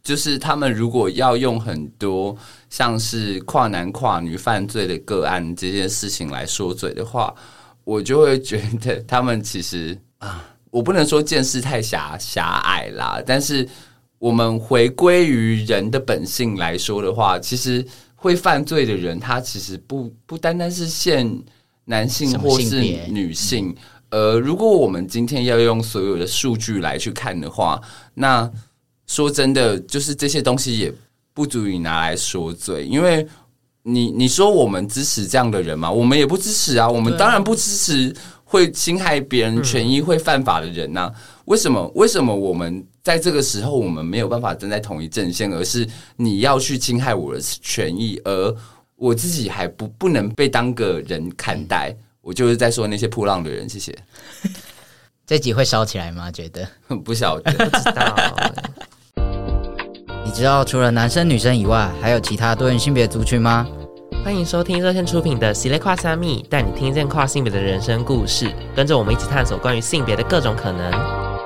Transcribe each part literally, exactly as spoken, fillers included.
就是他们如果要用很多像是跨男跨女犯罪的个案这件事情来说嘴的话，我就会觉得他们其实啊，我不能说见识太狭狭隘啦，但是我们回归于人的本性来说的话，其实会犯罪的人，他其实不不单单是限男性或是女性。呃，如果我们今天要用所有的数据来去看的话，那说真的，就是这些东西也不足以拿来说嘴，因为你你说我们支持这样的人吗？我们也不支持啊，我们当然不支持会侵害别人权益、会犯法的人啊。为什么？为什么我们在这个时候我们没有办法站在同一阵线，而是你要去侵害我的权益，而我自己还不不能被当个人看待？我就是在说那些扑浪的人。谢谢。 这集会烧起来吗？觉得不晓得， 不知道。 你知道除了男生女生以外，还有其他多元性别族群吗？ 欢迎收听热线出品的《喜类跨虾米》，带你听见跨性别的人生故事，跟着我们一起探索关于性别的各种可能。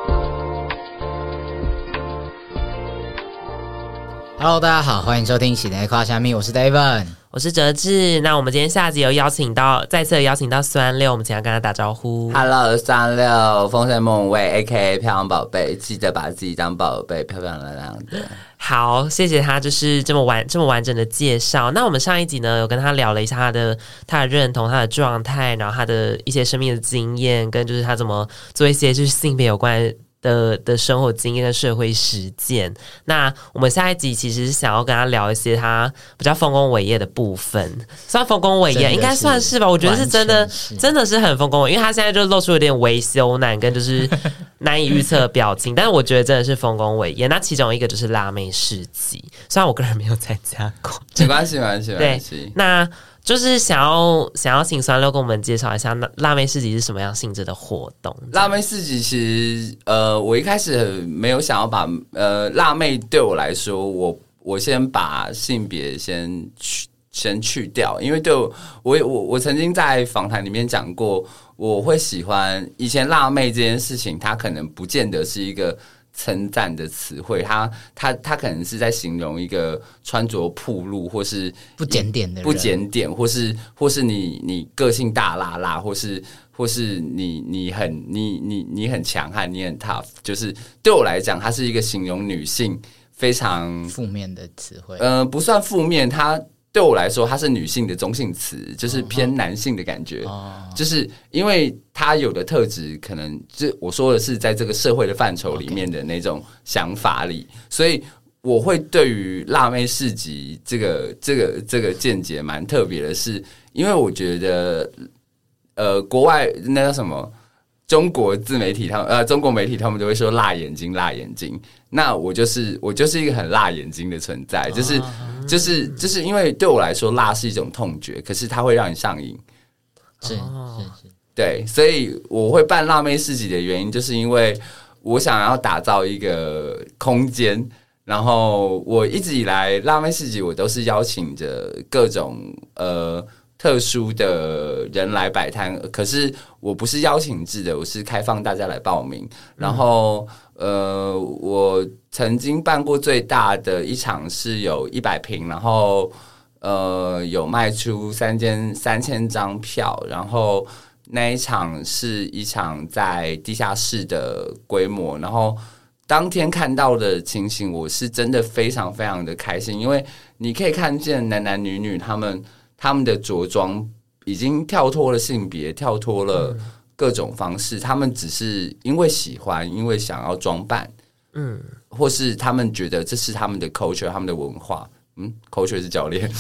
Hello， 大家好，欢迎收听《喜类跨虾米》，我是 David， 我是哲志。那我们今天下集有邀请到，再次邀请到酸六，我们请他跟他打招呼。 Hello， 酸六，风神梦卫 A K A 漂亮宝贝，记得把自己当宝贝，漂漂亮亮的。 好，谢谢他，就是这么完这么完整的介绍。那我们上一集呢，有跟他聊了一下他的他的认同、他的状态，然后他的一些生命的经验，跟就是他怎么做一些就是性别有关的的生活经验跟社会实践。那我们下一集其实是想要跟他聊一些他比较丰功伟业的部分，算丰功伟业应该算是吧，我觉得是真的真的是很丰功伟业，因为他现在就露出有点微羞赧跟就是难以预测的表情，但是我觉得真的是丰功伟业。那其中一个就是辣妹市集，虽然我个人没有参加过， 没关系没关系没关系。 那就是想要想要请酸六跟我们介绍一下辣妹市集是什么样性质的活动。 辣妹市集其实呃，我一开始没有想要把呃辣妹对我来说，我我先把性别先去先去掉，因为对我我我我曾经在访谈里面讲过，我会喜欢以前辣妹这件事情，它可能不见得是一个称赞的词汇，他他他可能是在形容一个穿着暴露或是不检点的人， 不检点，或是或是你你个性大辣辣，或是或是你你很你你你很强悍，你很 tough， 就是对我来讲，它是一个形容女性非常负面的词汇。 呃，不算负面，它对我来说，它是女性的中性词，就是偏男性的感觉。哦、就是因为它有的特质，可能就我说的是在这个社会的范畴里面的那种想法里， okay. 所以我会对于辣妹市集这个这个这个见解蛮特别的是，因为我觉得，呃，国外那叫什么？中国自媒体他们呃，中国媒体他们都会说辣眼睛，辣眼睛。那我就是我就是一个很辣眼睛的存在，就是就是就是因为对我来说，辣是一种痛觉，可是它会让你上瘾。 是是是， 对，所以我会办辣妹市集的原因，就是因为我想要打造一个空间。然后我一直以来辣妹市集，我都是邀请着各种呃。特殊的人来摆摊，可是我不是邀请制的，我是开放大家来报名。然后，呃，我曾经办过最大的一场是有一百坪，然后呃有卖出三千三千张票，然后那一场是一场在地下室的规模，然后当天看到的情形，我是真的非常非常的开心，因为你可以看见男男女女他们。他们的着装已经跳脱了性别，跳脱了各种方式。他们只是因为喜欢，因为想要装扮，嗯，或是他们觉得这是他们的 culture， 他们的文化。嗯 ，culture 是教练，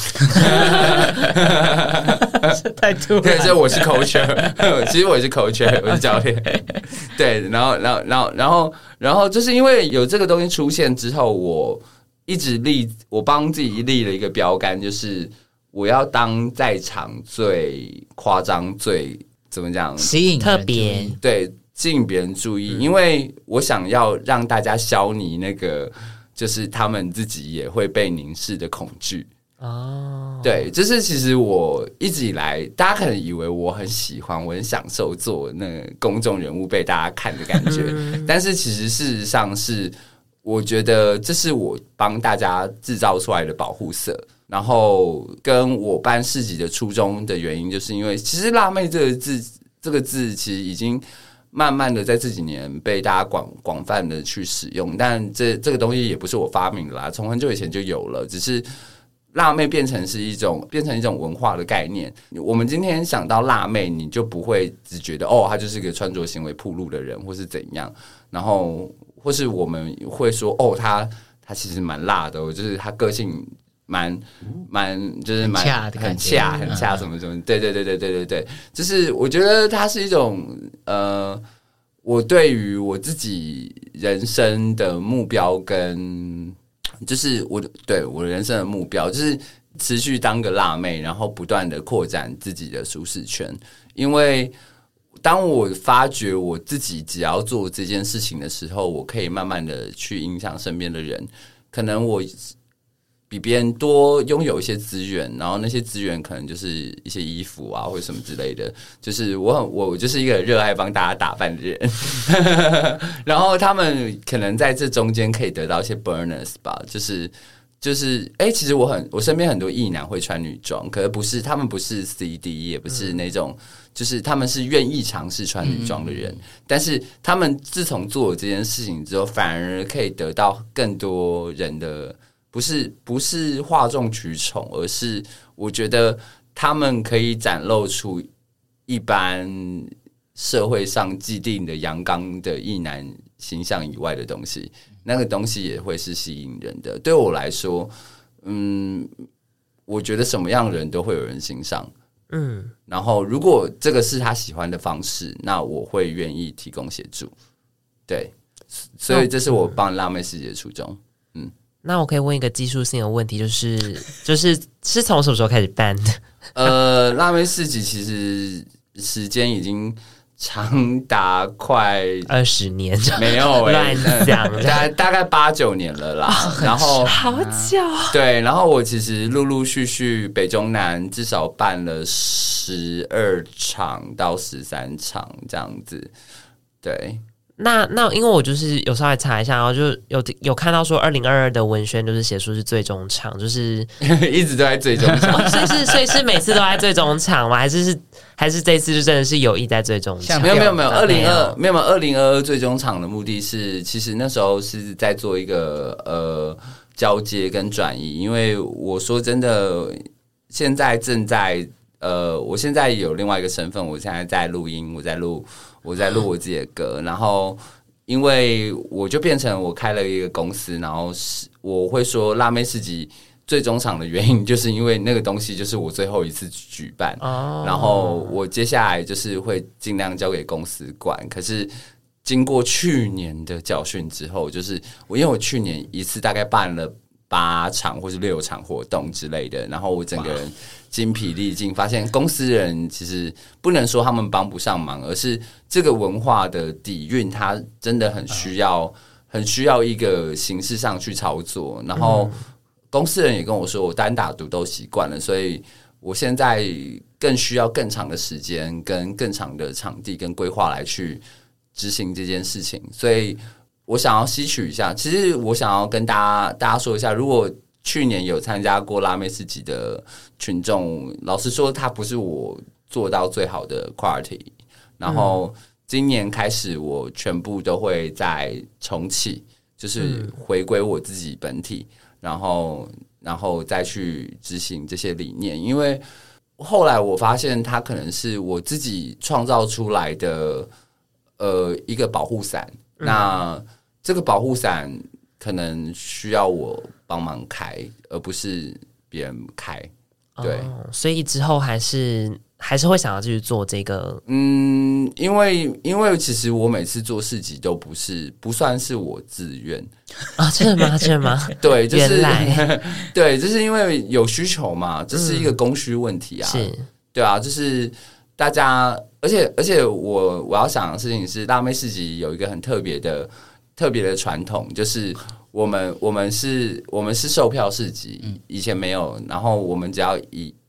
太突然。 对，所以我是 culture， 其实我是 culture， 我是教练。对，然后，然后，然后，然后，然后，就是因为有这个东西出现之后，我一直立，我帮自己立了一个标杆，就是。我要当在场最夸张、最怎么讲吸引特别， 对，吸引别人注意，嗯，因为我想要让大家消弭那个，就是他们自己也会被凝视的恐惧。哦，对，就是其实我一直以来，大家可能以为我很喜欢，我很享受做那个公众人物被大家看的感觉，嗯，但是其实事实上是。 我觉得这是我帮大家制造出来的保护色。然后跟我办市集的初衷的原因，就是因为其实辣妹这个字，这个字其实已经慢慢的在这几年被大家广广泛的去使用，但这这个东西也不是我发明的啦，从很久以前就有了，只是辣妹变成是一种变成一种文化的概念。我们今天想到辣妹，你就不会只觉得哦，她就是一个穿着行为暴露的人，或是怎样，然后或是我们会说哦，她她其实蛮辣的，就是她个性。蛮蛮就是蛮很恰很恰什么什么，对对对对对对对，就是我觉得它是一种呃，我对于我自己人生的目标跟就是我对我人生的目标就是持续当个辣妹，然后不断的扩展自己的舒适圈，因为当我发觉我自己只要做这件事情的时候，我可以慢慢的去影响身边的人，可能我。比别人多拥有一些资源，然后那些资源可能就是一些衣服啊，或者什么之类的。就是我很我就是一个热爱帮大家打扮的人，然后他们可能在这中间可以得到一些 bonus 吧，就是就是哎、欸，其实我很我身边很多异男会穿女装，可是不是他们不是 C D， 也不是那种，嗯、就是他们是愿意尝试穿女装的人，嗯、但是他们自从做了这件事情之后，反而可以得到更多人的。不是不是哗众取宠，而是我觉得他们可以展露出一般社会上既定的阳刚的异男形象以外的东西，那个东西也会是吸引人的。对我来说，嗯，我觉得什么样的人都会有人欣赏，嗯，然后如果这个是他喜欢的方式，那我会愿意提供协助。对，所以这是我帮辣妹世界的初衷。嗯。 那我可以问一个技术性的问题，就是就是是从什么时候开始办的？ 呃，辣妹市集其实时间已经长达快二十年， 没有乱讲， 大概大概八九年了啦。哦、然后好久， 对，然后我其实陆陆续续北中南至少办了十二场到十三场这样子，对。 那那因为我就是有稍微查一下，然后就有有看到说二零二二的文宣就是写出是最终场，就是一直都在最终场， 哦、所以是所以是每次都在最终场吗？还是是还是这次就真的是有意在最终场？ 没有没有没有，二零二没有二零二二最终场的目的是，其实那时候是在做一个呃交接跟转移，因为我说真的，现在正在呃，我现在有另外一个身份，我现在在录音，我在录。我在录我自己的歌，然后因为我就变成我开了一个公司，然后我会说辣妹市集最终场的原因，就是因为那个东西就是我最后一次举办，哦、然后我接下来就是会尽量交给公司管。可是经过去年的教训之后，就是我因为我去年一次大概办了八场或是六场活动之类的，然后我整个人精疲力尽，发现公司人其实不能说他们帮不上忙，而是这个文化的底蕴，它真的很需要，很需要一个形式上去操作。然后公司人也跟我说，我单打独斗习惯了，所以我现在更需要更长的时间、跟更长的场地跟规划来去执行这件事情，所以。我想要吸取一下，其实我想要跟大家大家说一下，如果去年有参加过辣妹市集的群众，老实说，它不是我做到最好的 quality。然后今年开始，我全部都会再重启，就是回归我自己本体，然后然后再去执行这些理念。因为后来我发现，它可能是我自己创造出来的，呃，一个保护伞。那这个保护伞可能需要我帮忙开，而不是别人开。对， 哦、所以之后还是还是会想要继续做这个。 嗯，因为因为其实我每次做市集都不是不算是我自愿啊，真的吗？真的吗？ 对，就是原来对，就是因为有需求嘛，这是一个供需问题啊。 是， 对啊，就是大家。而且而且我我要想的事情是，辣妹市集有一个很特别的特别的传统，就是我们我们是我们是售票市集，以前没有，然后我们只要一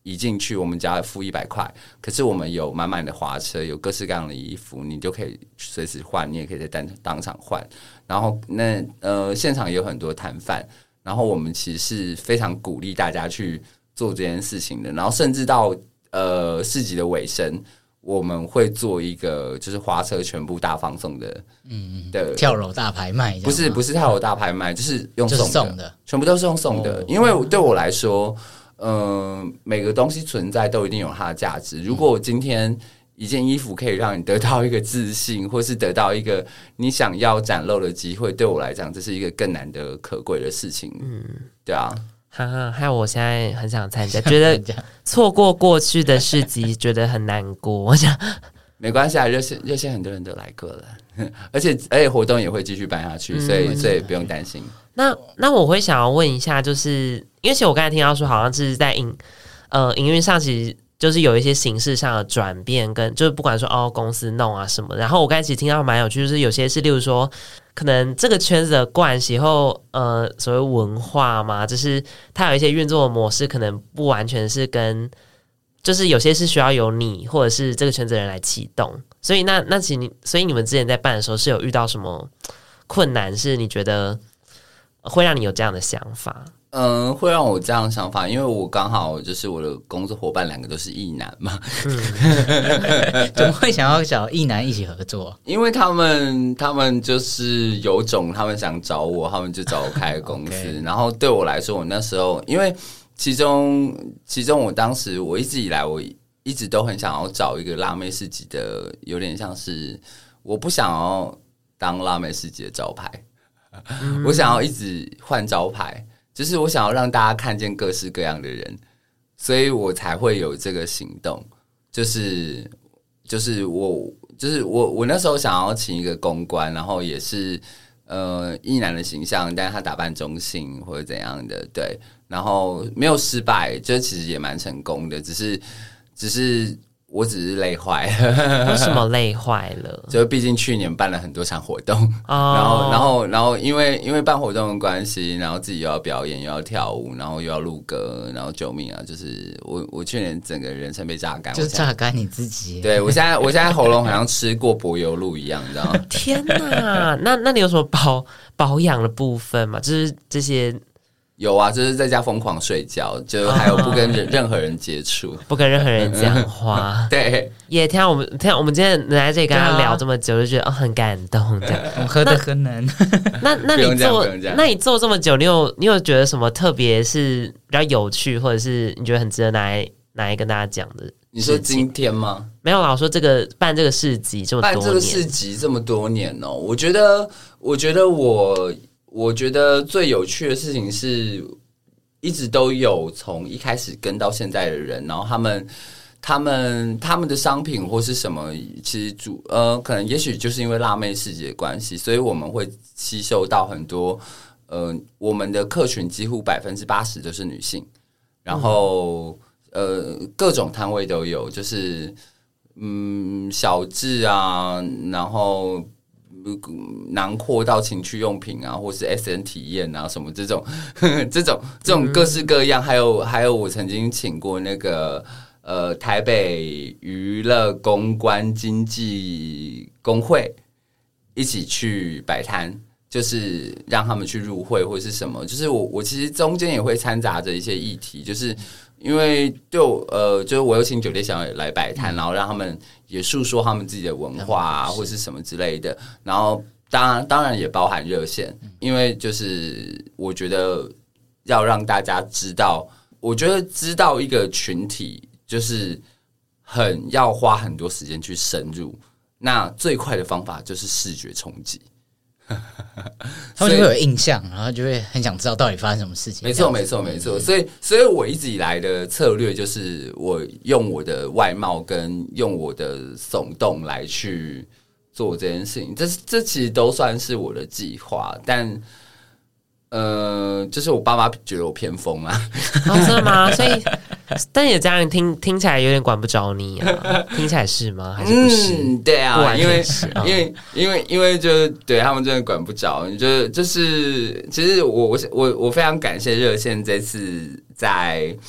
一进去，我们只要付一百块，可是我们有满满的滑车，有各式各样的衣服，你就可以随时换，你也可以在当当场换。然后那呃，现场也有很多摊贩，然后我们其实是非常鼓励大家去做这件事情的。然后甚至到呃市集的尾声，我们会做一个就是花车全部大放送的，嗯的跳楼大拍卖， 不是不是跳楼大拍卖，就是用送的， 就是送的全部都是用送的。哦、因为对我来说。嗯、呃，每个东西存在都一定有它的价值。如果我今天一件衣服可以让你得到一个自信，或是得到一个你想要展露的机会，对我来讲，这是一个更难得可贵的事情。嗯，对啊。 哈哈，还有我现在很想参加，觉得错过过去的市集，觉得很难过。我想没关系啊，热线热线很多人都来过了，而且而且活动也会继续办下去，所以、嗯、所以不用担心。 那那我会想要问一下，就是因为其实我刚才听到说，好像是在营呃营运上，其实就是有一些形式上的转变，跟就是不管说哦公司弄啊什么。然后我刚才其实听到蛮有趣，就是有些是例如说，可能这个圈子的惯习后呃所谓文化嘛，就是它有一些运作的模式，可能不完全是跟，就是有些是需要由你或者是这个圈子的人来启动。所以那那其实你所以你们之前在办的时候是有遇到什么困难？是你觉得会让你有这样的想法？ 嗯，会让我这样的想法，因为我刚好就是我的工作伙伴两个都是异男嘛， 嗯、怎么会想要找异男一起合作？ 因为他们他们就是有种，他们想找我，他们就找我开公司。okay. 然后对我来说，我那时候因为其中其中我当时我一直以来我一直都很想要找一个辣妹市集的，有点像是我不想要当辣妹市集的招牌。我想要一直换招牌，就是我想要让大家看见各式各样的人，所以我才会有这个行动。就是就是我就是我我那时候想要请一个公关，然后也是呃异男的形象，但是他打扮中性或者怎样的，对，然后没有失败，就其实也蛮成功的，只是只是。我只是累坏了。 为什么累坏了？ 就毕竟去年办了很多场活动，哦、然后然后然后因为因为办活动的关系，然后自己又要表演又要跳舞，然后又要录歌，然后救命啊！就是我我去年整个人生被榨干， 就是榨干你自己。 对我现在我现在喉咙好像吃过柏油路一样，你知道吗？ 天哪！那那你有什么保保养的部分吗？就是这些。 有啊，就是在家疯狂睡觉，就还有不跟人、哦、任何人接触， 不跟任何人讲话。 对， 也听我们听我们今天来这里跟他聊这么久，就觉得哦很感动这样。 我喝得很难。 那那你做那你做这么久，你有你有觉得什么特别是比较有趣，或者是你觉得很值得拿来拿来跟大家讲的？ 你说今天吗？ 没有啦，我说这个办这个市集这么多年， 办这个市集这么多年哦，我觉得，我觉得我。我觉得最有趣的事情是，一直都有从一开始跟到现在的人，然后他们、他们、他们的商品或是什么，其实主呃，可能也许就是因为辣妹市集的关系，所以我们会吸收到很多呃，我们的客群几乎百分之八十都是女性，然后、嗯、呃，各种摊位都有，就是嗯，小至啊，然后。囊括到情趣用品啊，或是 S N 体验啊，什么这种呵呵这种这种各式各样，还有还有我曾经请过那个呃台北娱乐公关经纪工会一起去摆摊，就是让他们去入会或是什么，就是我我其实中间也会掺杂着一些议题，就是因为对我呃，就是我有请酒店小姐来摆摊，然后让他们也诉说他们自己的文化啊，或是什么之类的。然后当然当然也包含热线，因为就是我觉得要让大家知道，我觉得知道一个群体就是很要花很多时间去深入，那最快的方法就是视觉冲击。 他们就会有印象，然后就会很想知道到底发生什么事情。 没错，没错，没错。所以，所以我一直以来的策略就是，我用我的外貌跟用我的耸动来去做这件事情。这这其实都算是我的计划，但呃，就是我爸妈觉得我偏疯啊。 哦，真的吗？所以，但也这样听听起来有点管不着你啊。听起来是吗？还是不是？ 嗯，对啊，因为、哦、因为因为因为就对他们真的管不着。你就就是其实我我我我非常感谢热线这次在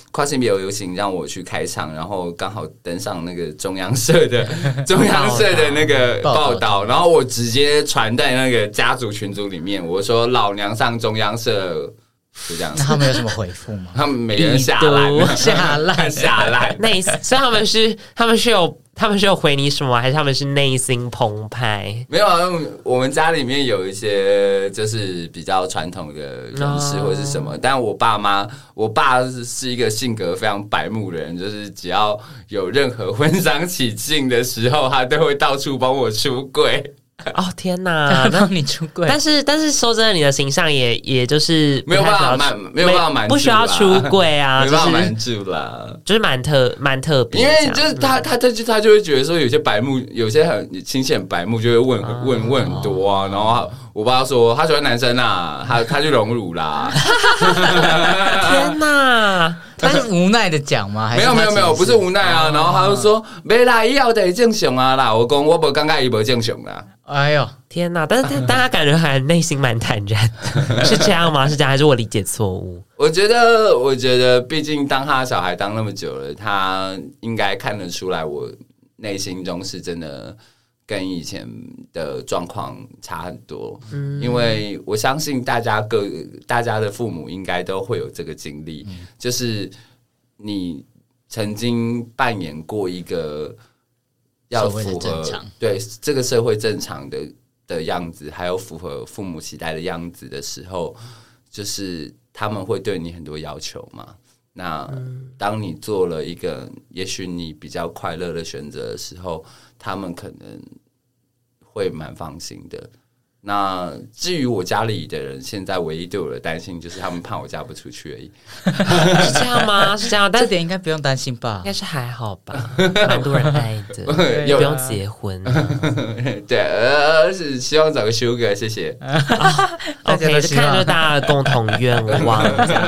跨性别游行让我去开场，然后刚好登上那个中央社的中央社的那个报道，然后我直接传在那个家族群组里面，我说老娘上中央社。就这样， 那他们有什么回复吗？ 他们每个人下烂， 下烂， 下烂。 内，所以他们是他们是有他们是有回你什么，还是他们是内心澎湃？ 没有啊，我们家里面有一些就是比较传统的人士或是什么，哦、但我爸妈，我爸是一个性格非常白目的人，就是只要有任何婚丧喜庆的时候，他都会到处帮我出柜。 哦天哪！ 让你出柜， 但是但是说真的，你的形象也也就是没有办法满，没有办法满， 不需要出柜啊， 没办法瞒住啦， 就是蛮特蛮特别。 因为就是他他他就他就会觉得说，有些白目，有些很亲戚很白目，就会问、哦、问问很多啊。然后我爸说他喜欢男生啊，他他就荣辱啦。 天哪！ 他是无奈的讲吗？ 没有没有没有，不是无奈啊。然后他就说：“没啦，以后得正常啊啦。”我讲我不感觉伊无正常啦。 哎呦天哪！但是他但他感觉还内心蛮坦然，是这样吗？是这样还是我理解错误？ 我觉得，我觉得，毕竟当他的小孩当那么久了，他应该看得出来，我内心中是真的跟以前的状况差很多。嗯，因为我相信大家各大家的父母应该都会有这个经历，嗯、就是你曾经扮演过一个。要符合对这个社会正常的的样子，还有符合父母期待的样子的时候，就是他们会对你很多要求嘛。那当你做了一个也许你比较快乐的选择的时候，他们可能会蛮放心的。那至于我家里的人，现在唯一对我的担心就是他们怕我嫁不出去而已。 是这样吗？是这样，但这点应该不用担心吧？应该是还好吧，蛮多人爱的，也不用结婚。 对，呃，是希望找个修哥，谢谢。 啊、OK， 这看就是大家的共同愿望。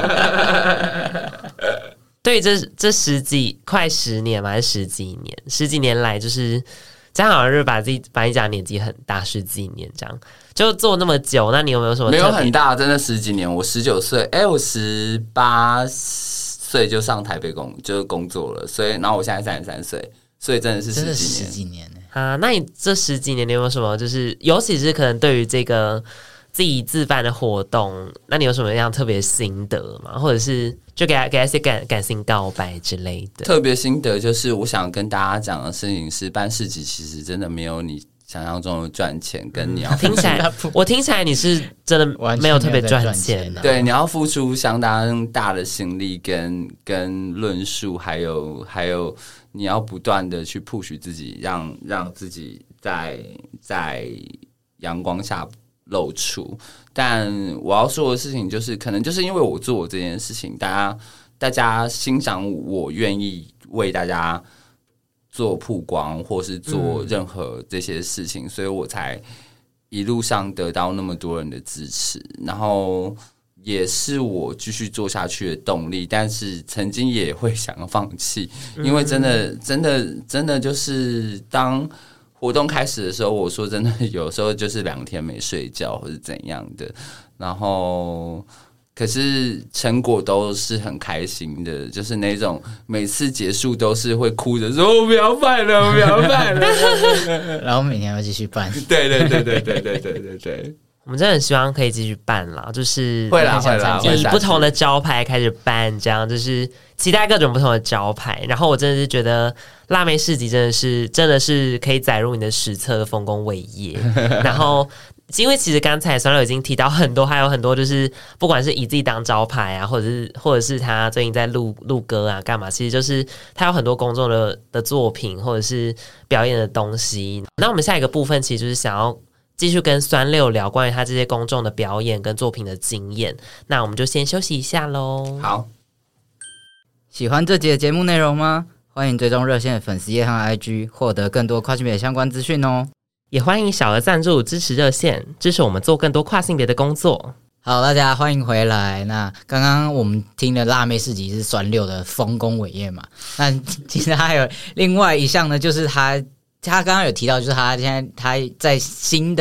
对于这这十几快十年嘛，还是十几年？十几年来，就是这样，好像是把自己把你讲年纪很大，十几年这样。就做那么久，那你有没有什么？ 没有很大，真的十几年。我十九岁，哎，我十八岁就上台北工，就是工作了。所以，然后我现在三十三岁，所以真的是十几年。 十几年啊！那你这十几年，你有没有什么？就是尤其是可能对于这个自己自办的活动，那你有什么样特别心得吗？或者是就给他给他一些感感性告白之类的？ 特别心得就是，我想跟大家讲的事情是，办市集其实真的没有你想象中的赚钱，跟你要听起来，我听起来你是真的没有特别赚钱、啊， 对，你要付出相当大的心力跟跟论述，还有还有你要不断的去 push 自己，让让自己在在阳光下露出。但我要说的事情就是，可能就是因为我做这件事情，大家大家欣赏我愿意为大家做曝光或是做任何这些事情、嗯、所以我才一路上得到那么多人的支持，然后也是我继续做下去的动力。但是曾经也会想要放弃，因为真的真的真的就是当活动开始的时候，我说真的有时候就是两天没睡觉或是怎样的，然后可是成果都是很开心的，就是那种每次结束都是会哭着说我不要办了，我不要办了然后每天要继续办。 对对对对对对对对对， 我们真的很希望可以继续办啦，就是会啦会啦， 以不同的招牌开始办，这样就是期待各种不同的招牌。然后我真的是觉得辣妹市集真的是真的是可以载入你的史册的丰功伟业。然后因为其实刚才酸六已经提到很多，还有很多就是不管是以自己当招牌啊，或者是或者是他最近在录录歌啊干嘛，其实就是他有很多公众的的作品或者是表演的东西。那我们下一个部分其实就是想要继续跟酸六聊关于他这些公众的表演跟作品的经验，那我们就先休息一下咯。 好， 喜欢这集的节目内容吗？欢迎追踪热线的粉丝页和 I G， 获得更多跨性别相关资讯哦。 也欢迎小额赞助支持热线，支持我们做更多跨性别的工作。 好，大家欢迎回来。那刚刚我们听的辣妹市集是酸六的丰功伟业嘛？那其实还有另外一项呢，就是他他刚刚有提到，就是他现在他在新的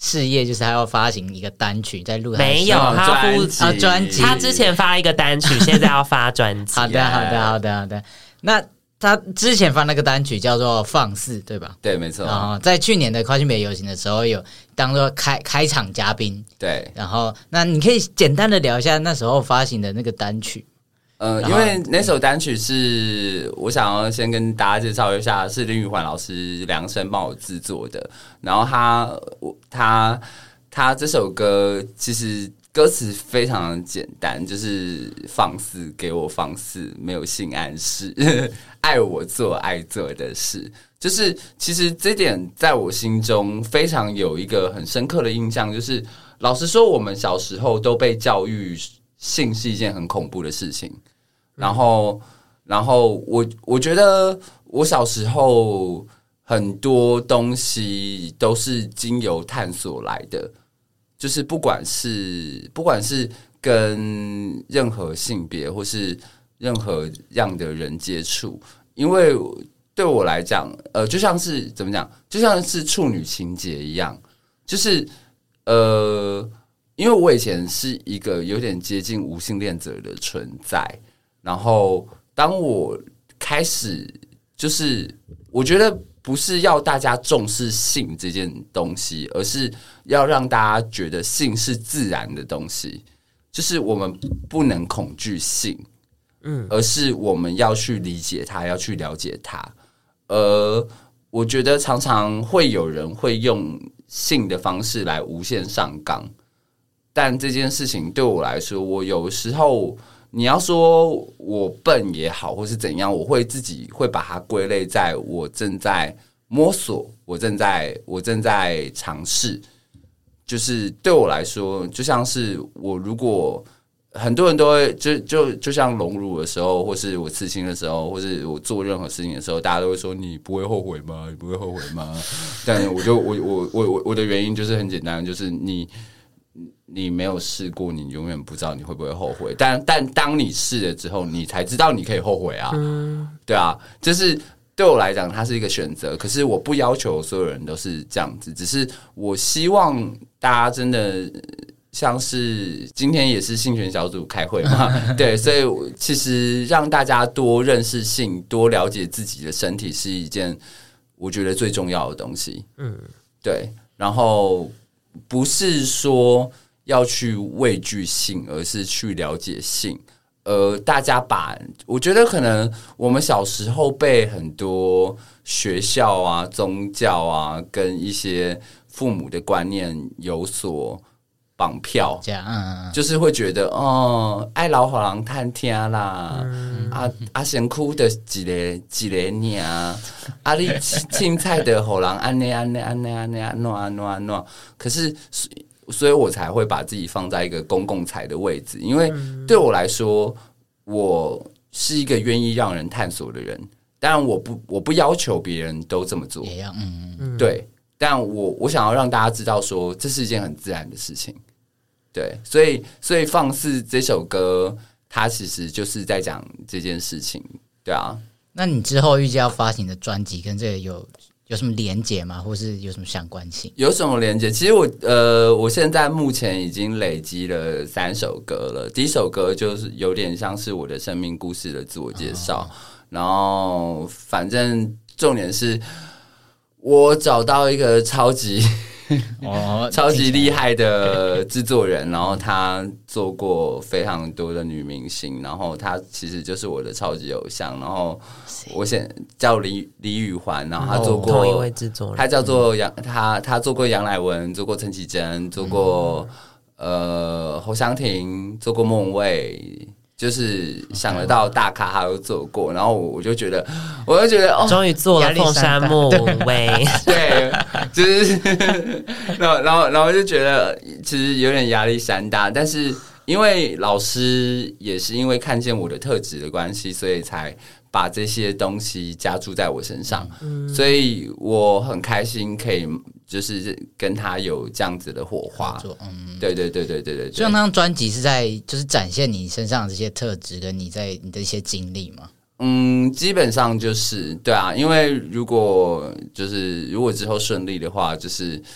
事业就是他要发行一个单曲，在录没有他负啊专辑， 他之前发了一个单曲，现在要发专辑。 好的，好的，好的，好的。那他之前发那个单曲叫做《放肆》，对吧？ 对，没错。 然后在去年的跨性别游行的时候，有当做开开场嘉宾。 对， 然后那你可以简单的聊一下那时候发行的那个单曲。 呃，因为那首单曲是我想要先跟大家介绍一下，是林宇环老师量身帮我制作的。然后他他他这首歌其实歌词非常的简单，就是放肆，给我放肆，没有性暗示，爱我做爱做的事。就是其实这点在我心中非常有一个很深刻的印象，就是老实说，我们小时候都被教育性是一件很恐怖的事情。然后，然后我我觉得我小时候很多东西都是经由探索来的，就是不管是不管是跟任何性别或是任何样的人接触，因为对我来讲，呃，就像是怎么讲，就像是处女情节一样，就是呃，因为我以前是一个有点接近无性恋者的存在。然后，当我开始，就是我觉得不是要大家重视性这件东西，而是要让大家觉得性是自然的东西，就是我们不能恐惧性，嗯，而是我们要去理解它，要去了解它。而我觉得常常会有人会用性的方式来无限上纲，但这件事情对我来说，我有时候。你要说我笨也好，或是怎样，我会自己会把它归类在我正在摸索，我正在我正在尝试。就是对我来说，就像是我如果很多人都会就就就像隆乳的时候，或是我刺青的时候，或是我做任何事情的时候，大家都会说你不会后悔吗？你不会后悔吗？但我就我我我我我的原因就是很简单，就是你。你没有试过，你永远不知道你会不会后悔。但但当你试了之后，你才知道你可以后悔啊。嗯，对啊，就是对我来讲，它是一个选择。可是我不要求所有人都是这样子，只是我希望大家真的像是今天也是性权小组开会嘛，对，所以其实让大家多认识性，多了解自己的身体是一件我觉得最重要的东西。嗯，对，然后不是说。要去畏惧性，而是去了解性。呃，大家把我觉得可能我们小时候被很多学校啊、宗教啊，跟一些父母的观念有所绑票，嗯，就是会觉得哦，爱老好人探听啦，嗯、啊啊，先哭的几个几个年啊，啊你青菜的好人安内安内安内安内安诺安诺安诺，可是。所以我才会把自己放在一个公共财的位置，因为对我来说，我是一个愿意让人探索的人。当然，我不我不要求别人都这么做， 也要嗯嗯对。但我我想要让大家知道说，这是一件很自然的事情。对，所以所以放肆这首歌，它其实就是在讲这件事情，对啊。 那你之后预计要发行的专辑跟这个有？有什么连结吗？或是有什么相关性？ 有什么连结？其实我呃，我现在目前已经累积了三首歌了。第一首歌就是有点像是我的生命故事的自我介绍，哦、然后反正重点是我找到一个超级哦超级厉害的制作人，然后他做过非常多的女明星，然后他其实就是我的超级偶像，然后。我现叫李李宇环，然后他做过、 哦、同一位制作人， 他叫做杨，他他做过杨乃文，做过陈绮贞，做过、嗯、呃侯湘婷，做过莫文蔚，就是想得到大咖他都做过，然后我就觉得，我就觉得哦， 终于做了凤山莫文蔚， 对，就是然后然后然后就觉得其实有点压力山大，但是因为老师也是因为看见我的特质的关系，所以才。把这些东西加注在我身上，嗯、所以我很开心可以就是跟他有这样子的火花。嗯，对对对对对对。 所以那张专辑是在就是展现你身上的这些特质跟你在你的一些经历吗？ 嗯，基本上就是对啊，因为如果就是如果之后顺利的话，就是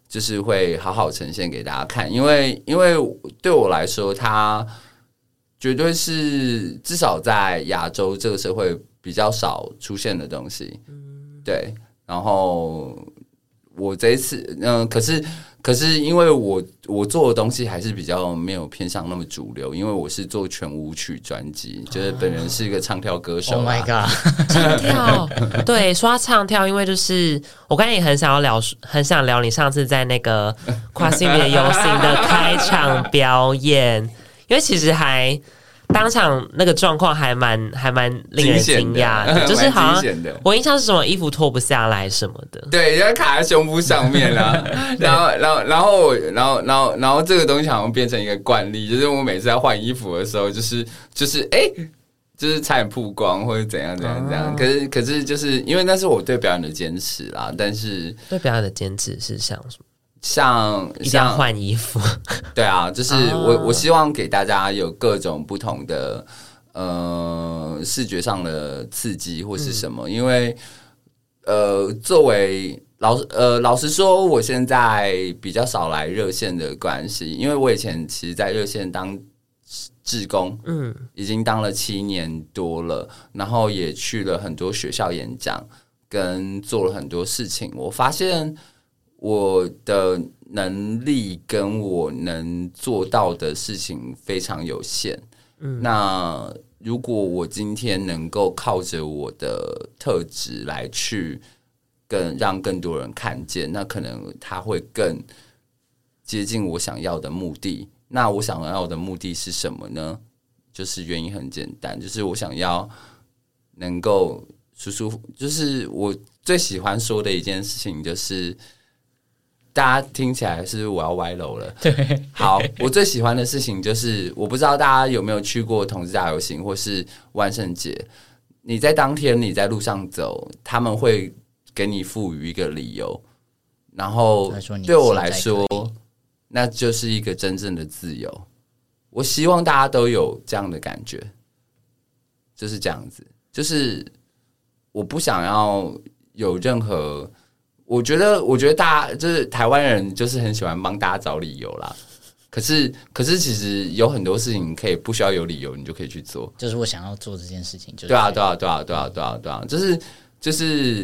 就是会好好呈现给大家看，因为因为对我来说，它绝对是至少在亚洲这个社会比较少出现的东西。嗯，对。然后我这一次，嗯、呃，可是可是因为我我做的东西还是比较没有偏向那么主流，因为我是做全舞曲专辑，就是本人是一个唱跳歌手。 Oh my god， 唱跳，对，说到唱跳，因为就是我刚才也很想要聊，很想聊你上次在那个跨性别游行的开场表演，因为其实还。当场那个状况还蛮还蛮令人惊讶的，的就是好像我印象是什么衣服脱不下来什么的， 对，要卡在胸部上面啦。然后，然后，然后，然后，然后，然后这个东西好像变成一个惯例，就是我每次要换衣服的时候，就是就是哎、欸，就是差点曝光或者怎样怎样怎样。可是可是就是因为那是我对表演的坚持啦，但是对表演的坚持是像什么？ 像一定要换衣服， 对啊，就是我、哦、我希望给大家有各种不同的呃视觉上的刺激或是什么，嗯、因为呃作为老呃老实说，我现在比较少来热线的关系，因为我以前其实在热线当志工，嗯，已经当了七年多了，然后也去了很多学校演讲，跟做了很多事情，我发现。我的能力跟我能做到的事情非常有限。嗯，那如果我今天能够靠着我的特质来去更让更多人看见，那可能他会更接近我想要的目的。那我想要的目的是什么呢？就是原因很简单，就是我想要能够舒舒服，就是我最喜欢说的一件事情就是。大家听起来是我要歪楼了。 对， 好，我最喜欢的事情就是，我不知道大家有没有去过同志大游行或是万圣节。你在当天你在路上走，他们会给你赋予一个理由，然后对我来说，那就是一个真正的自由。我希望大家都有这样的感觉，就是这样子，就是我不想要有任何。我觉得，我觉得大家就是台湾人，就是很喜欢帮大家找理由啦。可是，可是其实有很多事情可以不需要有理由，你就可以去做。 就是我想要做这件事情，就是对啊，对啊，对啊，对啊，对啊，对啊，就是就是，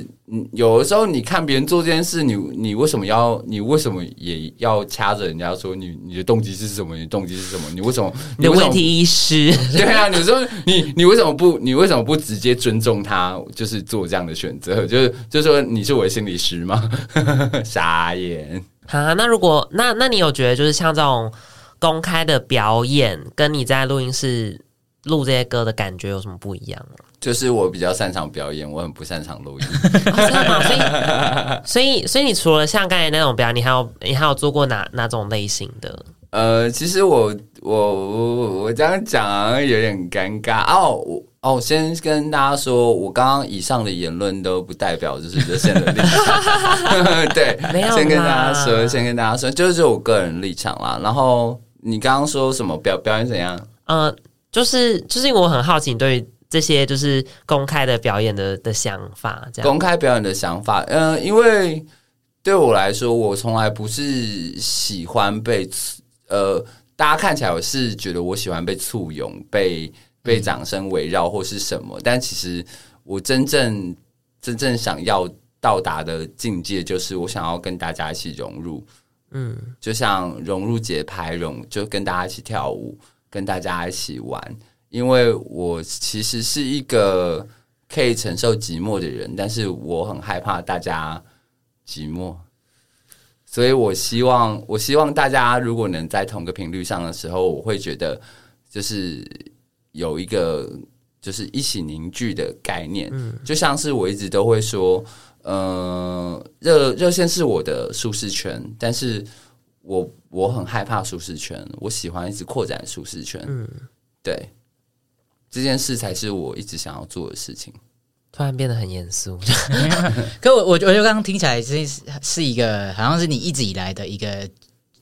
有的时候你看别人做这件事，你你为什么要你为什么也要掐着人家说你你的动机是什么？你的动机是什么？你为什么你的问题意识？ 对啊，你说你你为什么不你为什么不直接尊重他？就是做这样的选择，就是就是说你是我的心理师吗？傻眼啊！那如果那那你有觉得就是像这种公开的表演，跟你在录音室录这些歌的感觉有什么不一样吗？ 就是我比较擅长表演，我很不擅长录音。 哦，这样吗？所以，所以，所以你除了像刚才那种表演，你还有你还有做过哪哪种类型的？ 呃，其实我我我我这样讲好像有点尴尬哦。我哦，先跟大家说，我刚刚以上的言论都不代表就是热线的立场。对， 没有。 先跟大家说，先跟大家说，就是我个人立场啦。然后你刚刚说什么表表演怎样？ 呃，就是就是因为我很好奇你对于这些就是公开的表演的的想法，这样公开表演的想法，嗯、呃，因为对我来说，我从来不是喜欢被呃，大家看起来我是觉得我喜欢被簇拥、被被掌声围绕或是什么，但其实我真正真正想要到达的境界，就是我想要跟大家一起融入，嗯，就像融入节拍，融就跟大家一起跳舞，跟大家一起玩。因为我其实是一个可以承受寂寞的人，但是我很害怕大家寂寞，所以我希望，我希望大家如果能在同个频率上的时候，我会觉得就是有一个就是一起凝聚的概念，嗯，就像是我一直都会说，呃，热热线是我的舒适圈，但是我我很害怕舒适圈，我喜欢一直扩展舒适圈，嗯，对。这件事才是我一直想要做的事情。 突然变得很严肃， 可我我我就刚刚听起来是是一个好像是你一直以来的一个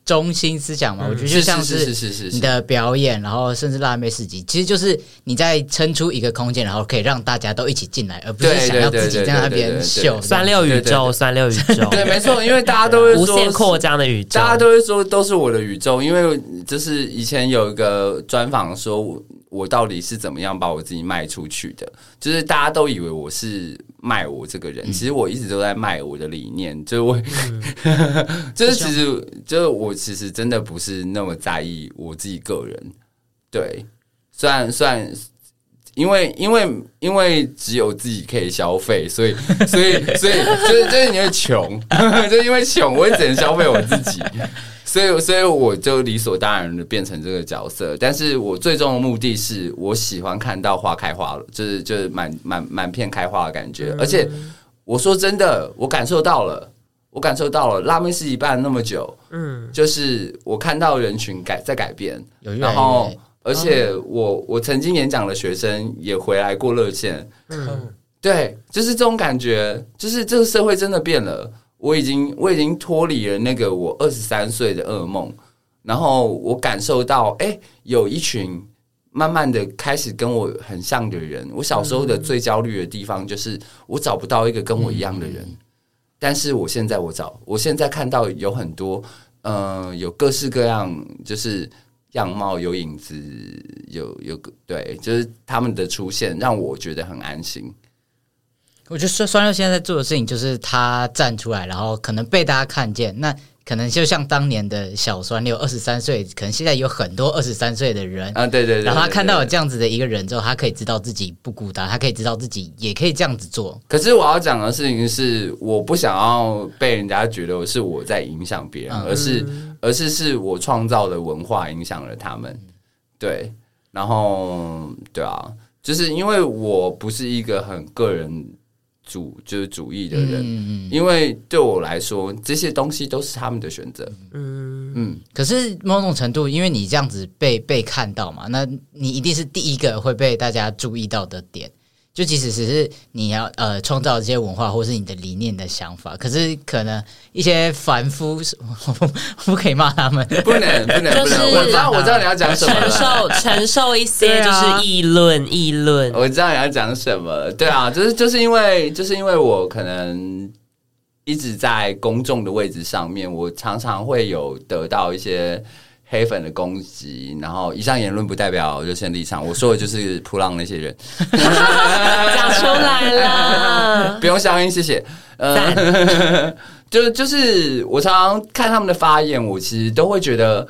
中心思想嘛，嗯、我觉得就像是你的表演，然后甚至辣妹市集，其实就是你在撑出一个空间，然后可以让大家都一起进来，而不是想要自己在那边秀。 酸六宇宙，酸六宇宙， 对，没错，因为大家都会说无限扩张的宇宙， 大家都会说都是我的宇宙，因为就是以前有一个专访说我。我到底是怎么样把我自己卖出去的？就是大家都以为我是卖我这个人，嗯、其实我一直都在卖我的理念。就是我，嗯、就是其实，就是我其实真的不是那么在意我自己个人。对，虽然虽然，因为因为因为只有自己可以消费，所以所以所以就是就是因为穷，就因为穷，我也只能消费我自己。所以，所以我就理所当然的变成这个角色，但是我最终的目的是我喜欢看到花开花了，就是就是满满满片开花的感觉。而且我说真的，我感受到了，我感受到了，辣妹市集办了那么久，嗯，就是我看到人群改在改变，然后而且我我曾经演讲的学生也回来过热线，嗯，对，就是这种感觉，就是这个社会真的变了。我已经我已经脱离了那个我二十三岁的噩梦，然后我感受到，哎、欸，有一群慢慢的开始跟我很像的人。我小时候的最焦虑的地方就是我找不到一个跟我一样的人，嗯、但是我现在我找，我现在看到有很多，呃，有各式各样，就是样貌有影子，有有对，就是他们的出现让我觉得很安心。 我觉得酸六现在在做的事情就是他站出来，然后可能被大家看见。那可能就像当年的小酸六，二十三岁，可能现在有很多二十三岁的人啊，对 对, 对, 对, 对。 然后他看到有这样子的一个人之后，他可以知道自己不孤单，他可以知道自己也可以这样子做。 可是我要讲的事情是，我不想要被人家觉得是我在影响别人，嗯、而是而是是我创造的文化影响了他们。对，然后对啊，就是因为我不是一个很个人。主就是主义的人，嗯、因为对我来说，这些东西都是他们的选择。嗯嗯。可是某种程度，因为你这样子被被看到嘛，那你一定是第一个会被大家注意到的点。就即使只是你要呃创造这些文化，或是你的理念的想法，可是可能一些凡夫，不可以骂他们， 不能不能不能。我知道我知道你要讲什么了， 承受承受一些就是议论议论。 我知道你要讲什么，对啊，就是就是因为就是因为我可能一直在公众的位置上面，我常常会有得到一些黑粉的攻击，然后以上言论不代表热线立场，我说的就是扑浪那些人， 讲出来了， 不用消音，谢谢。呃，就就是我常常看他们的发言，我其实都会觉得，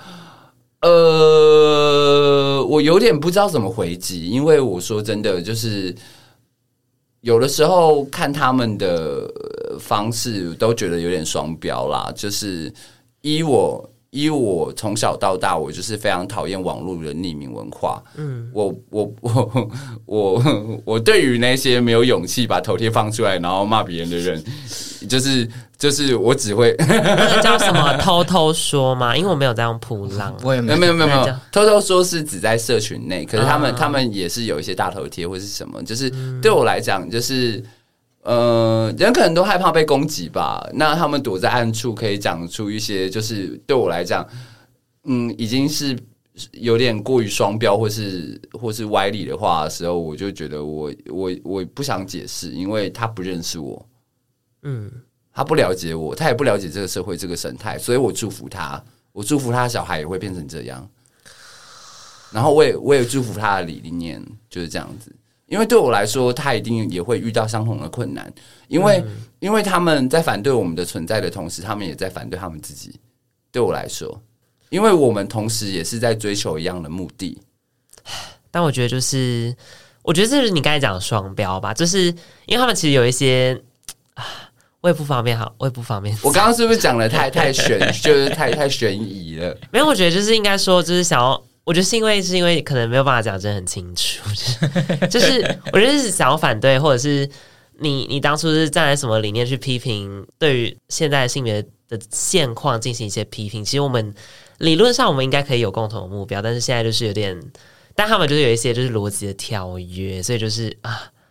呃，我有点不知道怎么回击，因为我说真的，就是有的时候看他们的方式，都觉得有点双标啦，就是依我。依我从小到大，我就是非常讨厌网络的匿名文化。嗯，我我我我我对于那些没有勇气把头贴放出来，然后骂别人的人，就是就是我只会那个叫什么偷偷说嘛，因为我没有这样扑浪， 我也没有没有没有没有偷偷说是只在社群内，可是他们、嗯、他们也是有一些大头贴或是什么，就是对我来讲就是。呃，人可能都害怕被攻击吧，那他们躲在暗处可以讲出一些，就是对我来讲，嗯，已经是有点过于双标或是或是歪理的话的时候，我就觉得我我我不想解释，因为他不认识我，嗯，他不了解我，他也不了解这个社会这个生态，所以我祝福他，我祝福他的小孩也会变成这样，然后我也我也祝福他的理念就是这样子。因为对我来说，他一定也会遇到相同的困难，因为、嗯、因为他们在反对我们的存在的同时，他们也在反对他们自己。对我来说，因为我们同时也是在追求一样的目的。 但我觉得就是，我觉得这是你刚才讲的双标吧，就是因为他们其实有一些，我也不方便，好，我也不方便。 我刚刚是不是讲的太太悬，就是太太悬疑了？ 没有，我觉得就是应该说，就是想要。我觉得是因为是因为可能没有办法讲真的很清楚，就是我觉得是想要反对，或者是你你当初是站在什么理念去批评对于现在的性别的现况进行一些批评。其实我们理论上我们应该可以有共同的目标，但是现在就是有点，但他们就是有一些就是逻辑的跳跃，所以就是啊，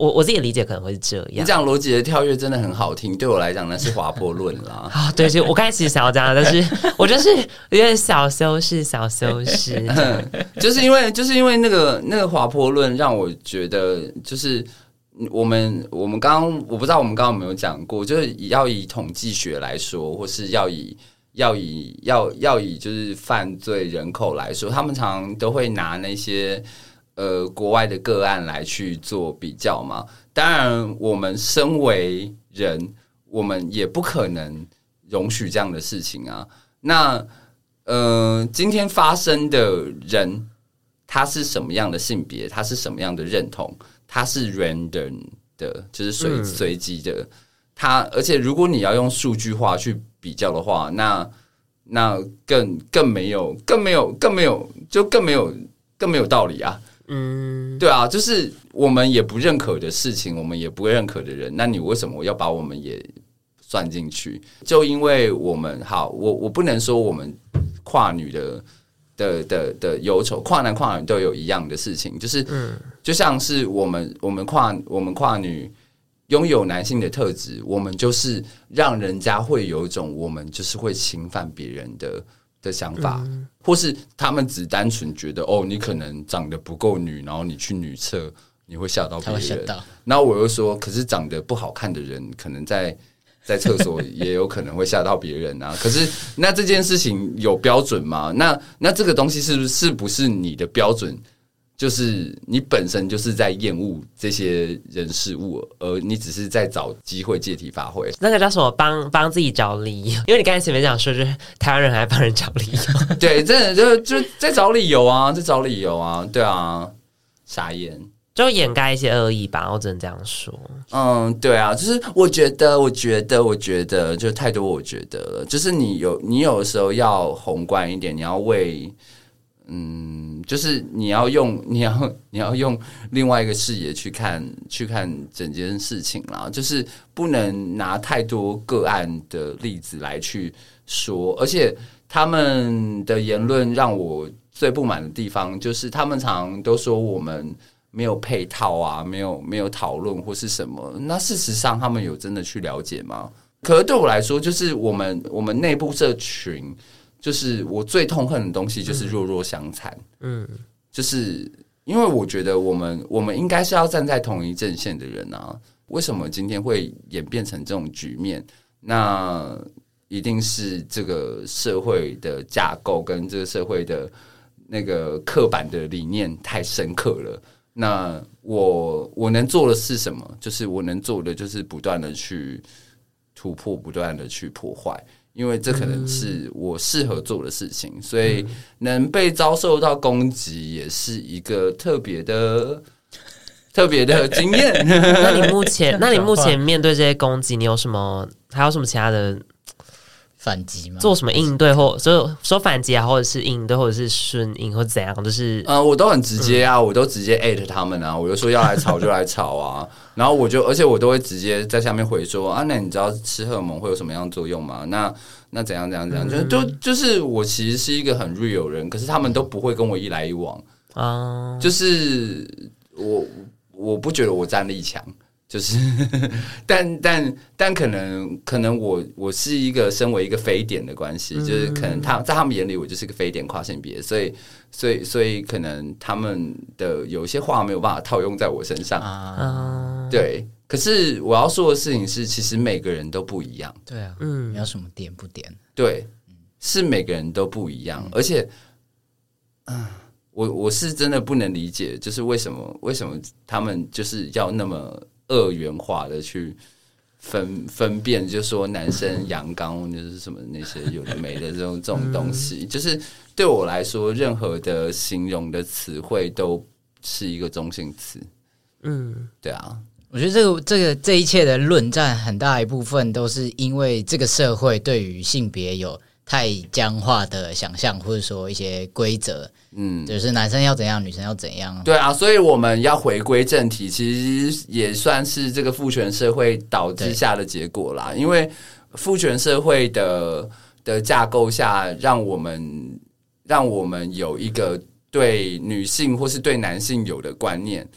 我我自己的理解可能会是这样。 你讲逻辑的跳跃真的很好听，对我来讲那是滑坡论啦。 啊，对，就我刚才其实想要这样，但是我就是有点小修饰，小修饰， 就是因为就是因为那个那个滑坡论让我觉得就是。我们我们刚刚我不知道我们刚刚有没有讲过，就是要以统计学来说，或是要以要以要要以就是犯罪人口来说，他们常常都会拿那些呃国外的个案来去做比较嘛。当然，我们身为人，我们也不可能容许这样的事情啊。那呃，今天发生的人，他是什么样的性别，他是什么样的认同？它是 random 的，就是随随机的。它而且如果你要用数据化去比较的话，那那更更没有更没有更没有就更没有更没有道理啊。嗯，对啊，就是我们也不认可的事情，我们也不会认可的人，那你为什么要把我们也算进去？就因为我们好，我我不能说我们跨女的。的的的忧愁，跨男跨女都有一样的事情，就是，嗯、就像是我们我们跨我们跨女拥有男性的特质，我们就是让人家会有一种我们就是会侵犯别人的的想法，嗯、或是他们只单纯觉得哦，你可能长得不够女，然后你去女厕你会吓到别人，然后我又说，可是长得不好看的人可能在。在厕所也有可能会吓到别人啊！可是那这件事情有标准吗？那那这个东西是不是是不是你的标准？就是你本身就是在厌恶这些人事物，而你只是在找机会借题发挥。 那个叫什么？帮帮自己找理由？因为你刚才前面讲说，就是台湾人还帮人找理由。 对，真的就就在找理由啊，在找理由啊，对啊，傻眼。 就掩盖一些恶意吧，我只能这样说。 嗯，对啊，就是我觉得，我觉得，我觉得，就太多我觉得了。就是你有，你有的时候要宏观一点，你要为，嗯，就是你要用，你要你要用另外一个视野去看，去看整件事情啦。就是不能拿太多个案的例子来去说，而且他们的言论让我最不满的地方，就是他们常都说我们。没有配套啊，没有没有讨论或是什么？那事实上他们有真的去了解吗？可是对我来说，就是我们我们内部社群，就是我最痛恨的东西就是弱弱相残。嗯，就是因为我觉得我们我们应该是要站在同一阵线的人啊，为什么今天会演变成这种局面？那一定是这个社会的架构跟这个社会的那个刻板的理念太深刻了。那我我能做的是什么？就是我能做的就是不断的去突破，不断的去破坏，因为这可能是我适合做的事情，所以能被遭受到攻击也是一个特别的特别的经验。 那你目前，那你目前面对这些攻击，你有什么？还有什么其他的？ 反击吗？ 做什么应对，或说说反击啊，或者是应对，或者是顺应，或者怎样？就是呃，我都很直接啊，嗯、我都直接 at 他们啊，我就说要来吵就来吵啊，然后我就，而且我都会直接在下面回说啊，那你知道吃荷尔蒙会有什么样的作用吗？那那怎样怎样怎样？嗯、就就就是我其实是一个很 real 人，可是他们都不会跟我一来一往啊，就是我我不觉得我战力强。就是，但但但可能可能我我是一个身为一个非典的关系，嗯、就是可能他在他们眼里我就是个非典跨性别，所以所以所以可能他们的有一些话没有办法套用在我身上啊。对，可是我要说的事情是，其实每个人都不一样。 对啊，嗯，你要什么点不点？ 对，是每个人都不一样，嗯、而且，嗯、我我是真的不能理解，就是为什么为什么他们就是要那么。二元化的去分分辨，就说男生阳刚就是什么那些有的没的这种这种东西，就是对我来说，任何的形容的词汇都是一个中性词。嗯，对啊， 我觉得这个这个这一切的论战，很大一部分都是因为这个社会对于性别有太僵化的想象，或者说一些规则。嗯，就是男生要怎样，女生要怎样。 对啊，所以我们要回归正题，其实也算是这个父权社会导致下的结果啦。因为父权社会的的架构下，让我们让我们有一个对女性或是对男性有的观念，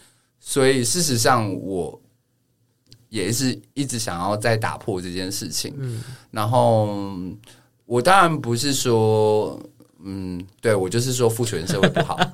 所以事实上我也是一直想要再打破这件事情。嗯，然后我当然不是说。嗯，对，我就是说父权社会不好。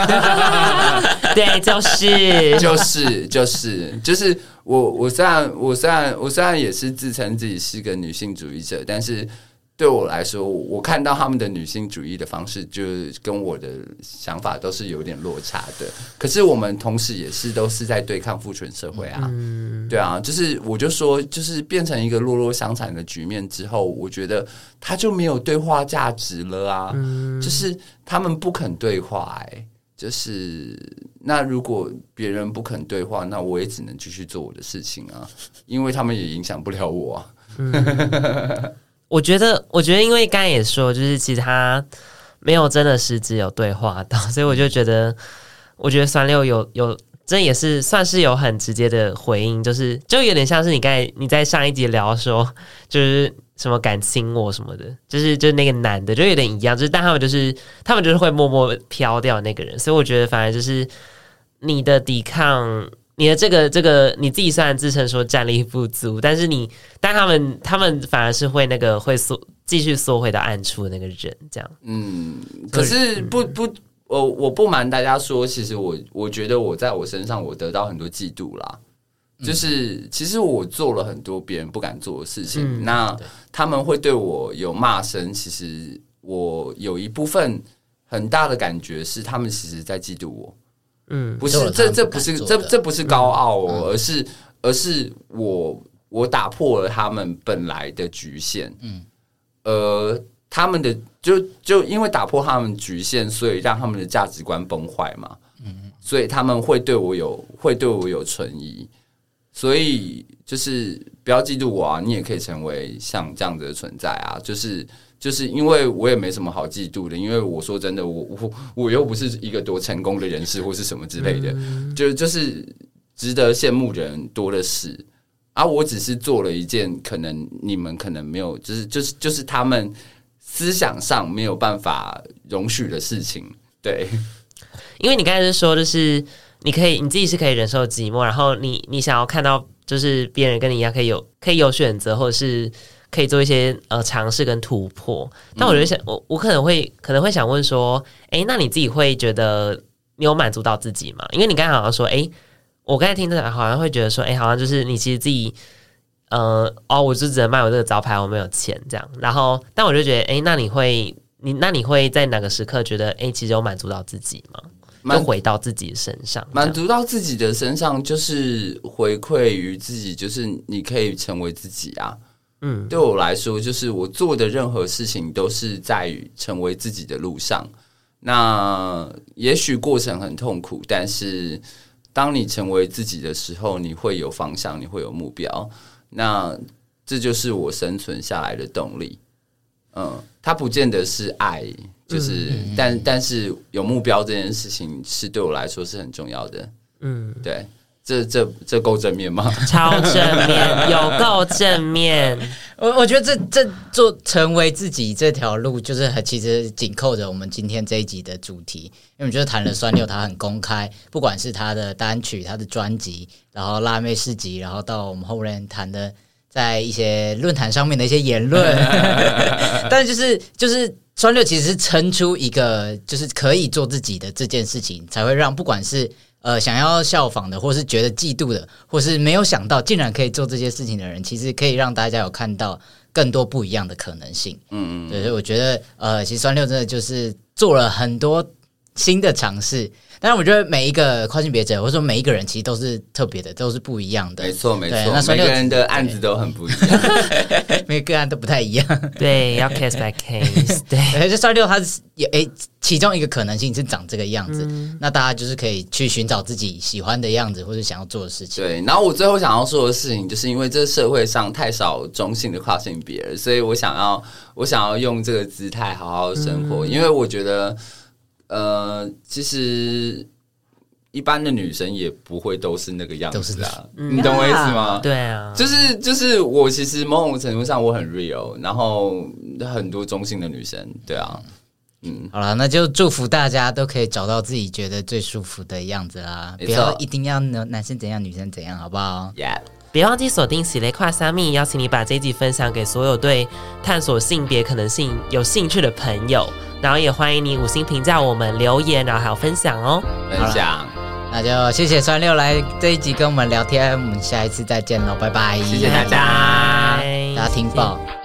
对，就是就是就是就是我我虽然我虽然我虽然也是自称自己是个女性主义者，但是对我来说，我看到他们的女性主义的方式，就跟我的想法都是有点落差的。可是我们同时也是都是在对抗父权社会啊，嗯、对啊，就是我就说，就是变成一个弱弱相残的局面之后，我觉得他就没有对话价值了啊，嗯、就是他们不肯对话、欸，哎，就是那如果别人不肯对话，那我也只能继续做我的事情啊，因为他们也影响不了我啊。嗯我觉得，我觉得，因为刚才也说，就是其实他没有真的实质有对话到，所以我就觉得，我觉得酸六有有，真也是算是有很直接的回应，就是就有点像是你刚才你在上一集聊说，就是什么敢亲我什么的，就是就是那个男的，就有点一样，就是但他们就是他们就是会默默飘掉那个人，所以我觉得反而就是你的抵抗。你的这个这个你自己虽然自称说战力不足，但是你但他们他们反而是会那个会缩继续缩回到暗处的那个人，这样。 嗯，可是不不，我我不瞒大家说，其实我我觉得我在我身上我得到很多嫉妒啦，就是其实我做了很多别人不敢做的事情，嗯、那他们会对我有骂声，其实我有一部分很大的感觉是他们其实在嫉妒我。嗯，不是，这这不是这这不是高傲哦，嗯、而是而是我我打破了他们本来的局限，嗯，呃，他们的就就因为打破他们局限，所以让他们的价值观崩坏嘛，嗯，所以他们会对我有会对我有存疑，所以就是不要嫉妒我啊，你也可以成为像这样子的存在啊，就是。就是因为我也没什么好嫉妒的，因为我说真的，我我我又不是一个多成功的人士或是什么之类的，嗯、就就是值得羡慕的人多的是啊。我只是做了一件可能你们可能没有，就是就是就是他们思想上没有办法容许的事情。对， 因为你刚才是说，就是你可以你自己是可以忍受寂寞，然后你你想要看到就是别人跟你一样可以有可以有选择，或者是。可以做一些呃尝试跟突破，但我觉得想我我可能会可能会想问说，哎、欸，那你自己会觉得你有满足到自己吗？因为你刚才好像说，哎、欸，我刚才听着好像会觉得说，哎、欸，好像就是你其实自己呃哦，我就只能卖我这个招牌，我没有钱这样。然后，但我就觉得，哎、欸，那你会你那你会在哪个时刻觉得，哎、欸，其实有满足到自己吗？就回到自己的身上， 满足到自己的身上，就是回馈于自己，就是你可以成为自己啊。嗯，对我来说，就是我做的任何事情都是在于成为自己的路上。那也许过程很痛苦，但是当你成为自己的时候，你会有方向，你会有目标。那这就是我生存下来的动力。嗯，它不见得是爱，就是，嗯、但但是有目标这件事情是对我来说是很重要的。嗯，对。这这这够正面吗？ 超正面，有够正面。 我我觉得这这做成为自己这条路，就是很其实紧扣着我们今天这一集的主题。因为我们就是谈了酸六，他很公开，不管是他的单曲、他的专辑，然后辣妹市集，然后到我们后面谈的在一些论坛上面的一些言论，但就是就是酸六其实是撑出一个就是可以做自己的这件事情，才会让不管是。呃，想要效仿的，或是觉得嫉妒的，或是没有想到竟然可以做这些事情的人，其实可以让大家有看到更多不一样的可能性。嗯嗯，对，所以我觉得，呃，其实酸六真的就是做了很多新的尝试。当然，我觉得每一个跨性别者，或者说每一个人，其实都是特别的，都是不一样的。 没错，没错。那每个人的案子都很不一样， 每个案都不太一样。 对，要 case by case。对， 这酸六它是也诶，其中一个可能性是长这个样子。嗯、那大家就是可以去寻找自己喜欢的样子，或者想要做的事情。 对，然后我最后想要说的事情，就是因为这社会上太少中性的跨性别了，所以我想要我想要用这个姿态好好生活，嗯、因为我觉得。呃，其实一般的女生也不会都是那个样子啊，嗯、你懂我意思吗？ 对啊， 就是就是我其实某种程度上我很 real， 然后很多中性的女生，对啊， 嗯， 好了，那就祝福大家都可以找到自己觉得最舒服的样子啦，不要一定要男生怎样女生怎样，好不好？ Yeah。 别忘记锁定喜雷跨虾米，邀请你把这一集分享给所有对探索性别可能性有兴趣的朋友，然后也欢迎你五星评价我们、留言，然后还有分享哦。 分享， 那就谢谢酸六来这一集跟我们聊天，我们下一次再见喽，拜拜！ 谢谢大家， 大家听报。